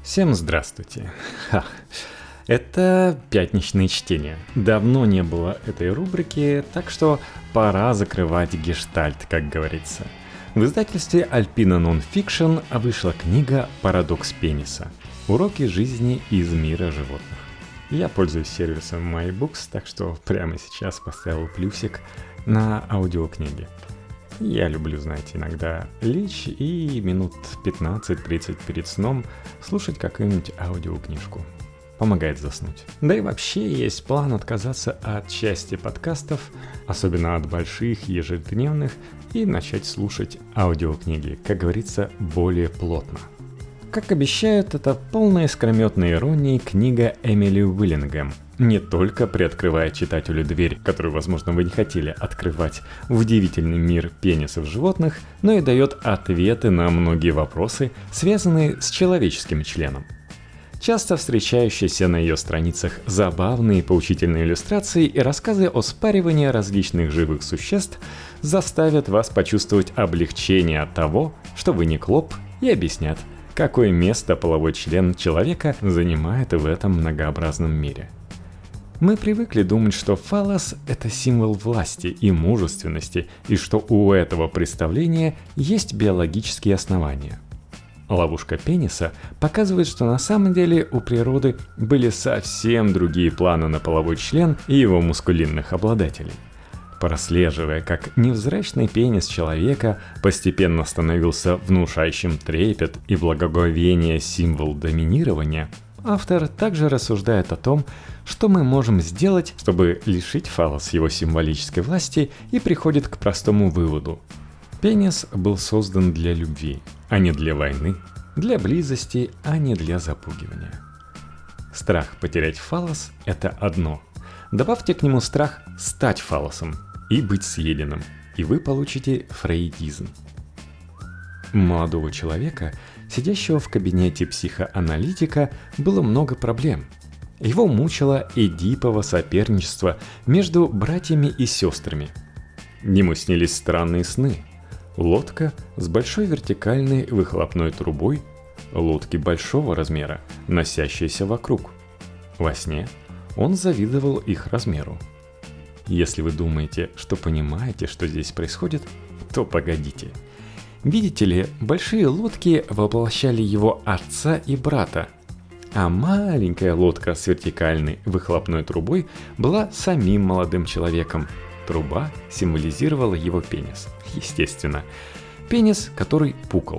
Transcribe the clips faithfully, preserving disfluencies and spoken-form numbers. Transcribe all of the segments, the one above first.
Всем здравствуйте. Ха. Это пятничные чтения. Давно не было этой рубрики, так что пора закрывать гештальт, как говорится. В издательстве Alpina Non-Fiction вышла книга «Парадокс пениса. Уроки жизни из мира животных». Я пользуюсь сервисом MyBooks, так что прямо сейчас поставил плюсик на аудиокниги. Я люблю, знаете, иногда лечь и минут пятнадцать-тридцать перед сном слушать какую-нибудь аудиокнижку. Помогает заснуть. Да и вообще есть план отказаться от части подкастов, особенно от больших ежедневных, и начать слушать аудиокниги, как говорится, более плотно. Как обещают, это полная искрометной иронии книга Эмили Уиллингем. Не только приоткрывает читателю дверь, которую, возможно, вы не хотели открывать, в удивительный мир пенисов животных, но и дает ответы на многие вопросы, связанные с человеческим членом. Часто встречающиеся на ее страницах забавные поучительные иллюстрации и рассказы о спаривании различных живых существ заставят вас почувствовать облегчение от того, что вы не клоп, и объяснят, какое место половой член человека занимает в этом многообразном мире. Мы привыкли думать, что фаллос – это символ власти и мужественности, и что у этого представления есть биологические основания. Ловушка пениса показывает, что на самом деле у природы были совсем другие планы на половой член и его мускулинных обладателей. Прослеживая, как невзрачный пенис человека постепенно становился внушающим трепет и благоговение символ доминирования, автор также рассуждает о том, что мы можем сделать, чтобы лишить фаллос его символической власти, и приходит к простому выводу. Пенис был создан для любви, а не для войны, для близости, а не для запугивания. Страх потерять фаллос – это одно. Добавьте к нему страх стать фаллосом и быть съеденным, и вы получите фрейдизм. У молодого человека, сидящего в кабинете психоаналитика, было много проблем. Его мучило эдипово соперничество между братьями и сестрами. Ему снились странные сны. Лодка с большой вертикальной выхлопной трубой, лодки большого размера, носящиеся вокруг. Во сне он завидовал их размеру. Если вы думаете, что понимаете, что здесь происходит, то погодите. Видите ли, большие лодки воплощали его отца и брата, а маленькая лодка с вертикальной выхлопной трубой была самим молодым человеком. Труба символизировала его пенис, естественно. Пенис, который пукал.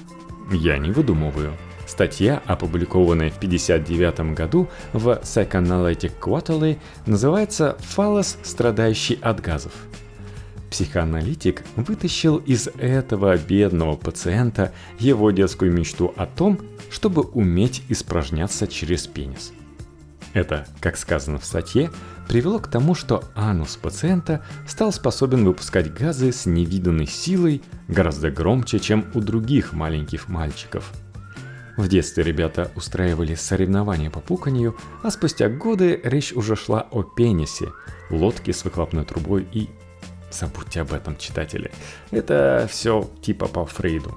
Я не выдумываю. Статья, опубликованная в пятьдесят девятом году в Psychoanalytic Quarterly, называется «Фаллос, страдающий от газов». Психоаналитик вытащил из этого бедного пациента его детскую мечту о том, чтобы уметь испражняться через пенис. Это, как сказано в статье, привело к тому, что анус пациента стал способен выпускать газы с невиданной силой, гораздо громче, чем у других маленьких мальчиков. В детстве ребята устраивали соревнования по пуканью, а спустя годы речь уже шла о пенисе, лодке с выхлопной трубой и... Забудьте об этом, читатели. Это все типа по Фрейду.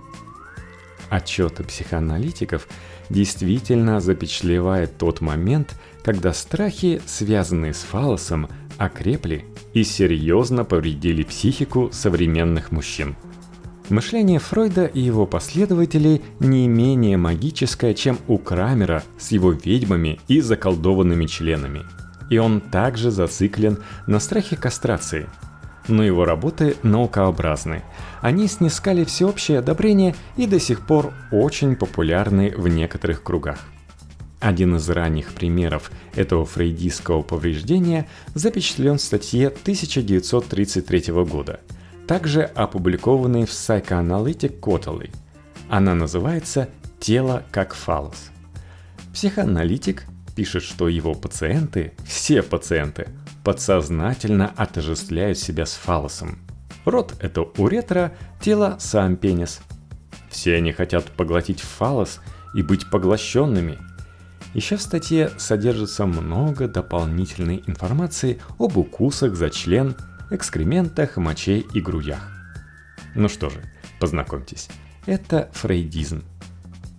Отчеты психоаналитиков действительно запечатлевают тот момент, когда страхи, связанные с фаллосом, окрепли и серьезно повредили психику современных мужчин. Мышление Фройда и его последователей не менее магическое, чем у Крамера с его ведьмами и заколдованными членами. И он также зациклен на страхе кастрации. Но его работы наукообразны. Они снискали всеобщее одобрение и до сих пор очень популярны в некоторых кругах. Один из ранних примеров этого фрейдистского повреждения запечатлен в статье тысяча девятьсот тридцать третьего года, также опубликованной в Psychoanalytic Quarterly. Она называется «Тело как фаллос». Психоаналитик пишет, что его пациенты, все пациенты, подсознательно отождествляют себя с фаллосом. Рот – это уретра, тело – сам пенис. Все они хотят поглотить фаллос и быть поглощенными. Еще в статье содержится много дополнительной информации об укусах за член, экскрементах, моче и грудях. Ну что же, познакомьтесь, это фрейдизм.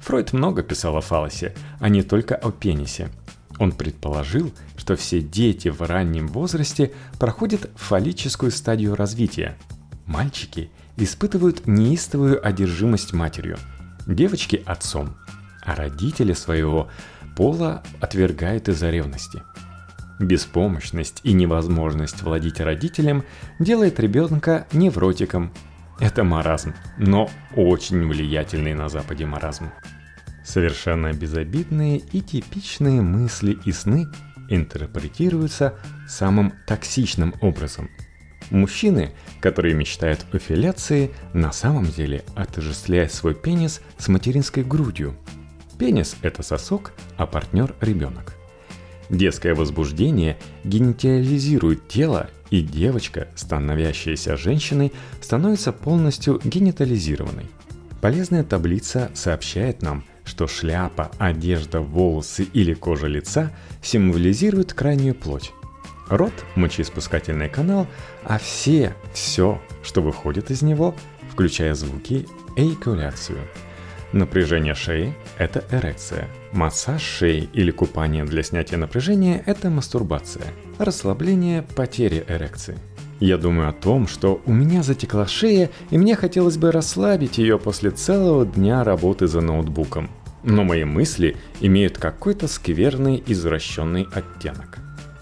Фройд много писал о фалосе, а не только о пенисе. Он предположил, что все дети в раннем возрасте проходят фаллическую стадию развития. Мальчики испытывают неистовую одержимость матерью, девочки – отцом, а родители своего пола отвергают из-за ревности. Беспомощность и невозможность владеть родителем делает ребенка невротиком. Это маразм, но очень влиятельный на Западе маразм. Совершенно безобидные и типичные мысли и сны интерпретируются самым токсичным образом. Мужчины, которые мечтают о филляции, на самом деле отождествляют свой пенис с материнской грудью. Пенис – это сосок, а партнер – ребенок. Детское возбуждение генитализирует тело, и девочка, становящаяся женщиной, становится полностью генитализированной. Полезная таблица сообщает нам, что шляпа, одежда, волосы или кожа лица символизируют крайнюю плоть. Рот – мочеиспускательный канал, а все, все, что выходит из него, включая звуки, эякуляцию. Напряжение шеи – это эрекция. Массаж шеи или купание для снятия напряжения – это мастурбация. Расслабление – потеря эрекции. Я думаю о том, что у меня затекла шея, и мне хотелось бы расслабить ее после целого дня работы за ноутбуком. Но мои мысли имеют какой-то скверный, извращенный оттенок.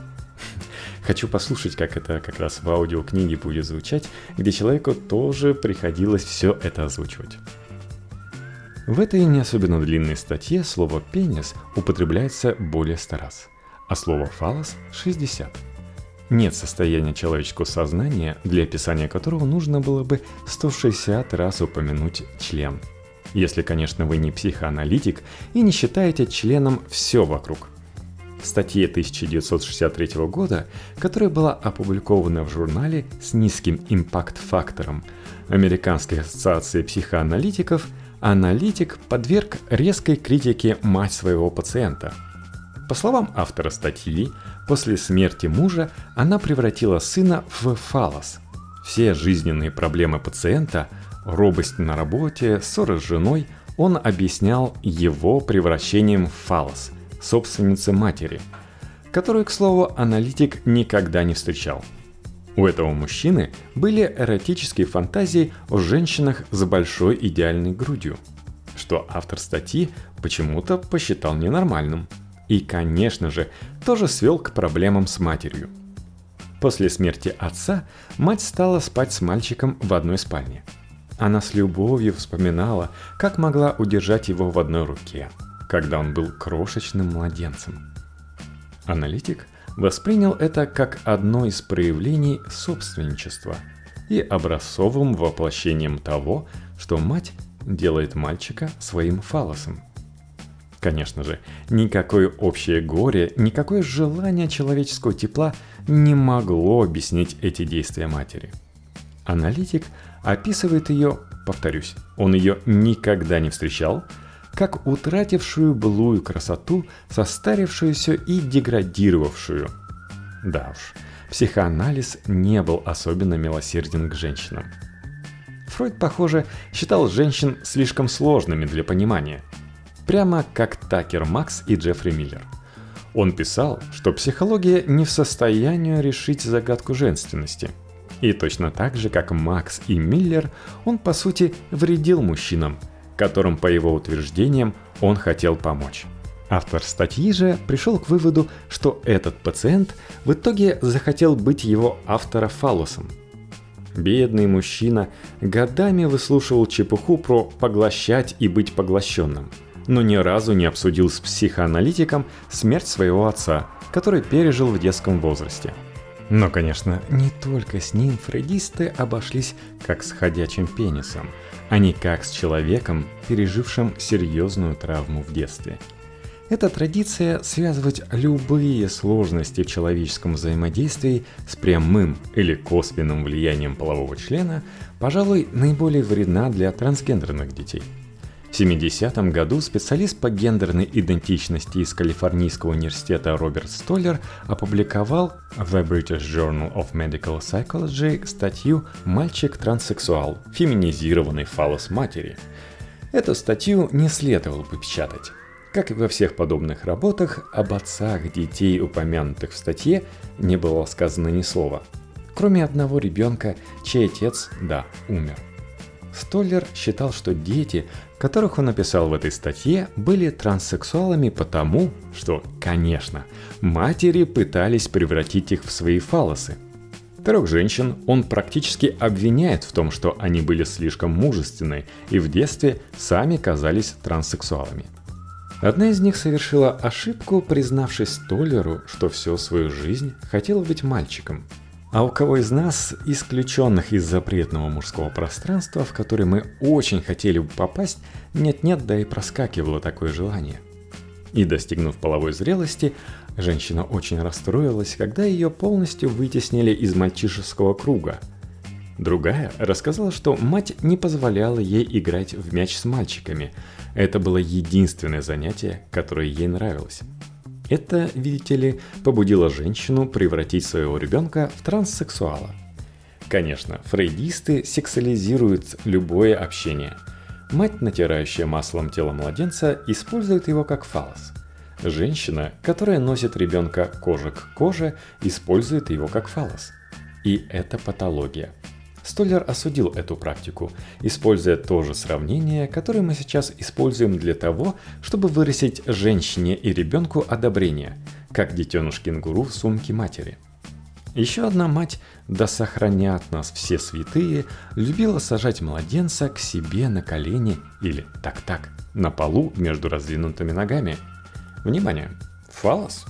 Хочу послушать, как это как раз в аудиокниге будет звучать, где человеку тоже приходилось все это озвучивать. В этой не особенно длинной статье слово «пенис» употребляется более ста раз, а слово «фаллос» – шестьдесят. Нет состояния человеческого сознания, для описания которого нужно было бы сто шестьдесят раз упомянуть член. Если, конечно, вы не психоаналитик и не считаете членом все вокруг. В статье тысяча девятьсот шестьдесят третьего года, которая была опубликована в журнале с низким импакт-фактором Американской ассоциации психоаналитиков, аналитик подверг резкой критике мать своего пациента. По словам автора статьи, после смерти мужа она превратила сына в фаллос. Все жизненные проблемы пациента, робость на работе, ссоры с женой, он объяснял его превращением в фаллос, собственницы матери, которую, к слову, аналитик никогда не встречал. У этого мужчины были эротические фантазии о женщинах с большой идеальной грудью, что автор статьи почему-то посчитал ненормальным. И, конечно же, тоже свел к проблемам с матерью. После смерти отца мать стала спать с мальчиком в одной спальне. Она с любовью вспоминала, как могла удержать его в одной руке, когда он был крошечным младенцем. Аналитик воспринял это как одно из проявлений собственничества и образцовым воплощением того, что мать делает мальчика своим фаллосом. Конечно же, никакое общее горе, никакое желание человеческого тепла не могло объяснить эти действия матери. Аналитик описывает ее, повторюсь, он ее никогда не встречал, как утратившую былую красоту, состарившуюся и деградировавшую. Да уж, психоанализ не был особенно милосерден к женщинам. Фройд, похоже, считал женщин слишком сложными для понимания. Прямо как Такер Макс и Джеффри Миллер. Он писал, что психология не в состоянии решить загадку женственности. И точно так же, как Макс и Миллер, он по сути вредил мужчинам, которым, по его утверждениям, он хотел помочь. Автор статьи же пришел к выводу, что этот пациент в итоге захотел быть его автора фаллосом. Бедный мужчина годами выслушивал чепуху про поглощать и быть поглощенным, но ни разу не обсудил с психоаналитиком смерть своего отца, который пережил в детском возрасте. Но, конечно, не только с ним фрейдисты обошлись как с ходячим пенисом, а не как с человеком, пережившим серьезную травму в детстве. Эта традиция связывать любые сложности в человеческом взаимодействии с прямым или косвенным влиянием полового члена, пожалуй, наиболее вредна для трансгендерных детей. В семидесятом году специалист по гендерной идентичности из Калифорнийского университета Роберт Столлер опубликовал в The British Journal of Medical Psychology статью «Мальчик-транссексуал. Феминизированный фаллос матери». Эту статью не следовало бы печатать. Как и во всех подобных работах, об отцах детей, упомянутых в статье, не было сказано ни слова. Кроме одного ребенка, чей отец, да, умер. Столлер считал, что дети, которых он описал в этой статье, были транссексуалами потому, что, конечно, матери пытались превратить их в свои фаллосы. Трех женщин он практически обвиняет в том, что они были слишком мужественны и в детстве сами казались транссексуалами. Одна из них совершила ошибку, признавшись Столлеру, что всю свою жизнь хотела быть мальчиком. А у кого из нас, исключенных из запретного мужского пространства, в которое мы очень хотели бы попасть, нет-нет, да и проскакивало такое желание. И достигнув половой зрелости, женщина очень расстроилась, когда ее полностью вытеснили из мальчишеского круга. Другая рассказала, что мать не позволяла ей играть в мяч с мальчиками. Это было единственное занятие, которое ей нравилось. Это, видите ли, побудило женщину превратить своего ребенка в транссексуала. Конечно, фрейдисты сексуализируют любое общение. Мать, натирающая маслом тело младенца, использует его как фаллос. Женщина, которая носит ребенка кожа к коже, использует его как фаллос. И это патология. Столлер осудил эту практику, используя то же сравнение, которое мы сейчас используем для того, чтобы выразить женщине и ребенку одобрение, как детеныш кенгуру в сумке матери. Еще одна мать, да сохранят нас все святые, любила сажать младенца к себе на колени или так-так, на полу между раздвинутыми ногами. Внимание! Фаллос?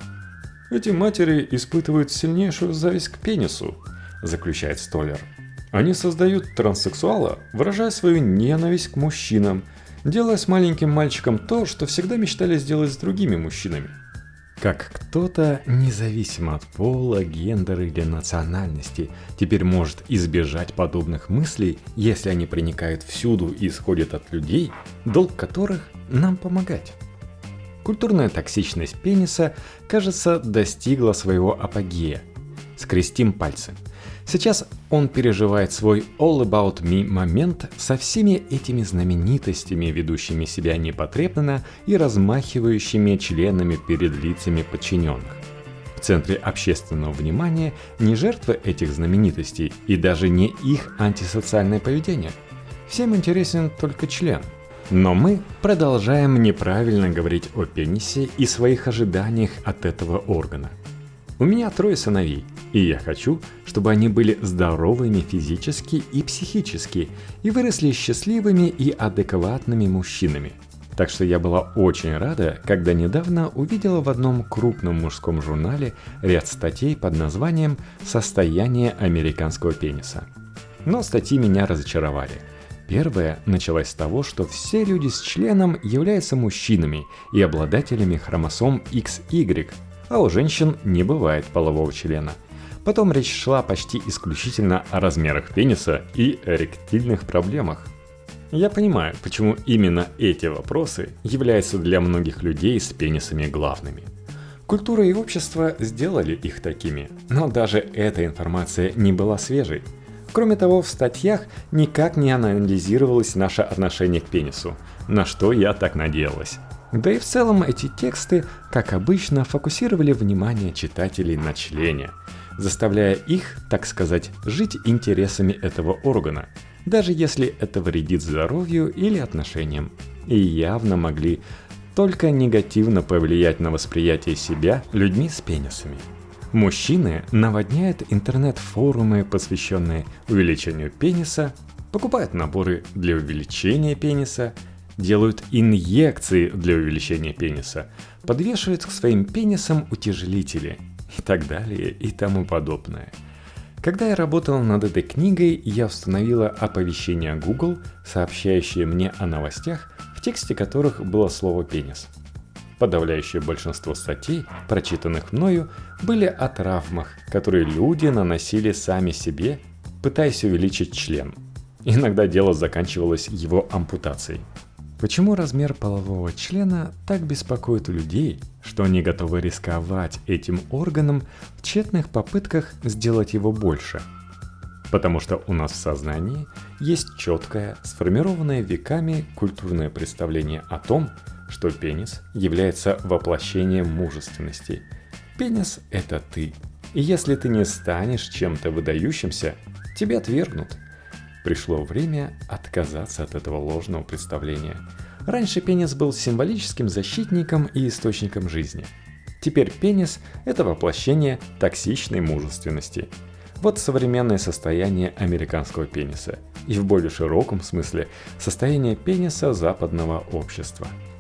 Эти матери испытывают сильнейшую зависть к пенису, заключает Столлер. Они создают транссексуала, выражая свою ненависть к мужчинам, делая с маленьким мальчиком то, что всегда мечтали сделать с другими мужчинами. Как кто-то, независимо от пола, гендера или национальности, теперь может избежать подобных мыслей, если они проникают всюду и исходят от людей, долг которых нам помогать. Культурная токсичность пениса, кажется, достигла своего апогея. Скрестим пальцы. Сейчас он переживает свой all about me момент со всеми этими знаменитостями, ведущими себя непотребно и размахивающими членами перед лицами подчиненных. В центре общественного внимания не жертвы этих знаменитостей и даже не их антисоциальное поведение. Всем интересен только член. Но мы продолжаем неправильно говорить о пенисе и своих ожиданиях от этого органа. У меня трое сыновей, и я хочу, чтобы они были здоровыми физически и психически и выросли счастливыми и адекватными мужчинами. Так что я была очень рада, когда недавно увидела в одном крупном мужском журнале ряд статей под названием «Состояние американского пениса». Но статьи меня разочаровали. Первая началась с того, что все люди с членом являются мужчинами и обладателями хромосом икс игрек, а у женщин не бывает полового члена. Потом речь шла почти исключительно о размерах пениса и эректильных проблемах. Я понимаю, почему именно эти вопросы являются для многих людей с пенисами главными. Культура и общество сделали их такими, но даже эта информация не была свежей. Кроме того, в статьях никак не анализировалось наше отношение к пенису, на что я так надеялась. Да и в целом эти тексты, как обычно, фокусировали внимание читателей на члене, заставляя их, так сказать, жить интересами этого органа, даже если это вредит здоровью или отношениям, и явно могли только негативно повлиять на восприятие себя людьми с пенисами. Мужчины наводняют интернет-форумы, посвященные увеличению пениса, покупают наборы для увеличения пениса, делают инъекции для увеличения пениса, подвешивают к своим пенисам утяжелители и так далее и тому подобное. Когда я работал над этой книгой, я установила оповещения Google, сообщающие мне о новостях, в тексте которых было слово «пенис». Подавляющее большинство статей, прочитанных мною, были о травмах, которые люди наносили сами себе, пытаясь увеличить член. Иногда дело заканчивалось его ампутацией. Почему размер полового члена так беспокоит людей, что они готовы рисковать этим органом в тщетных попытках сделать его больше? Потому что у нас в сознании есть четкое, сформированное веками культурное представление о том, что пенис является воплощением мужественности. Пенис – это ты. И если ты не станешь чем-то выдающимся, тебя отвергнут. Пришло время отказаться от этого ложного представления. Раньше пенис был символическим защитником и источником жизни. Теперь пенис – это воплощение токсичной мужественности. Вот современное состояние американского пениса. И в более широком смысле состояние пениса западного общества.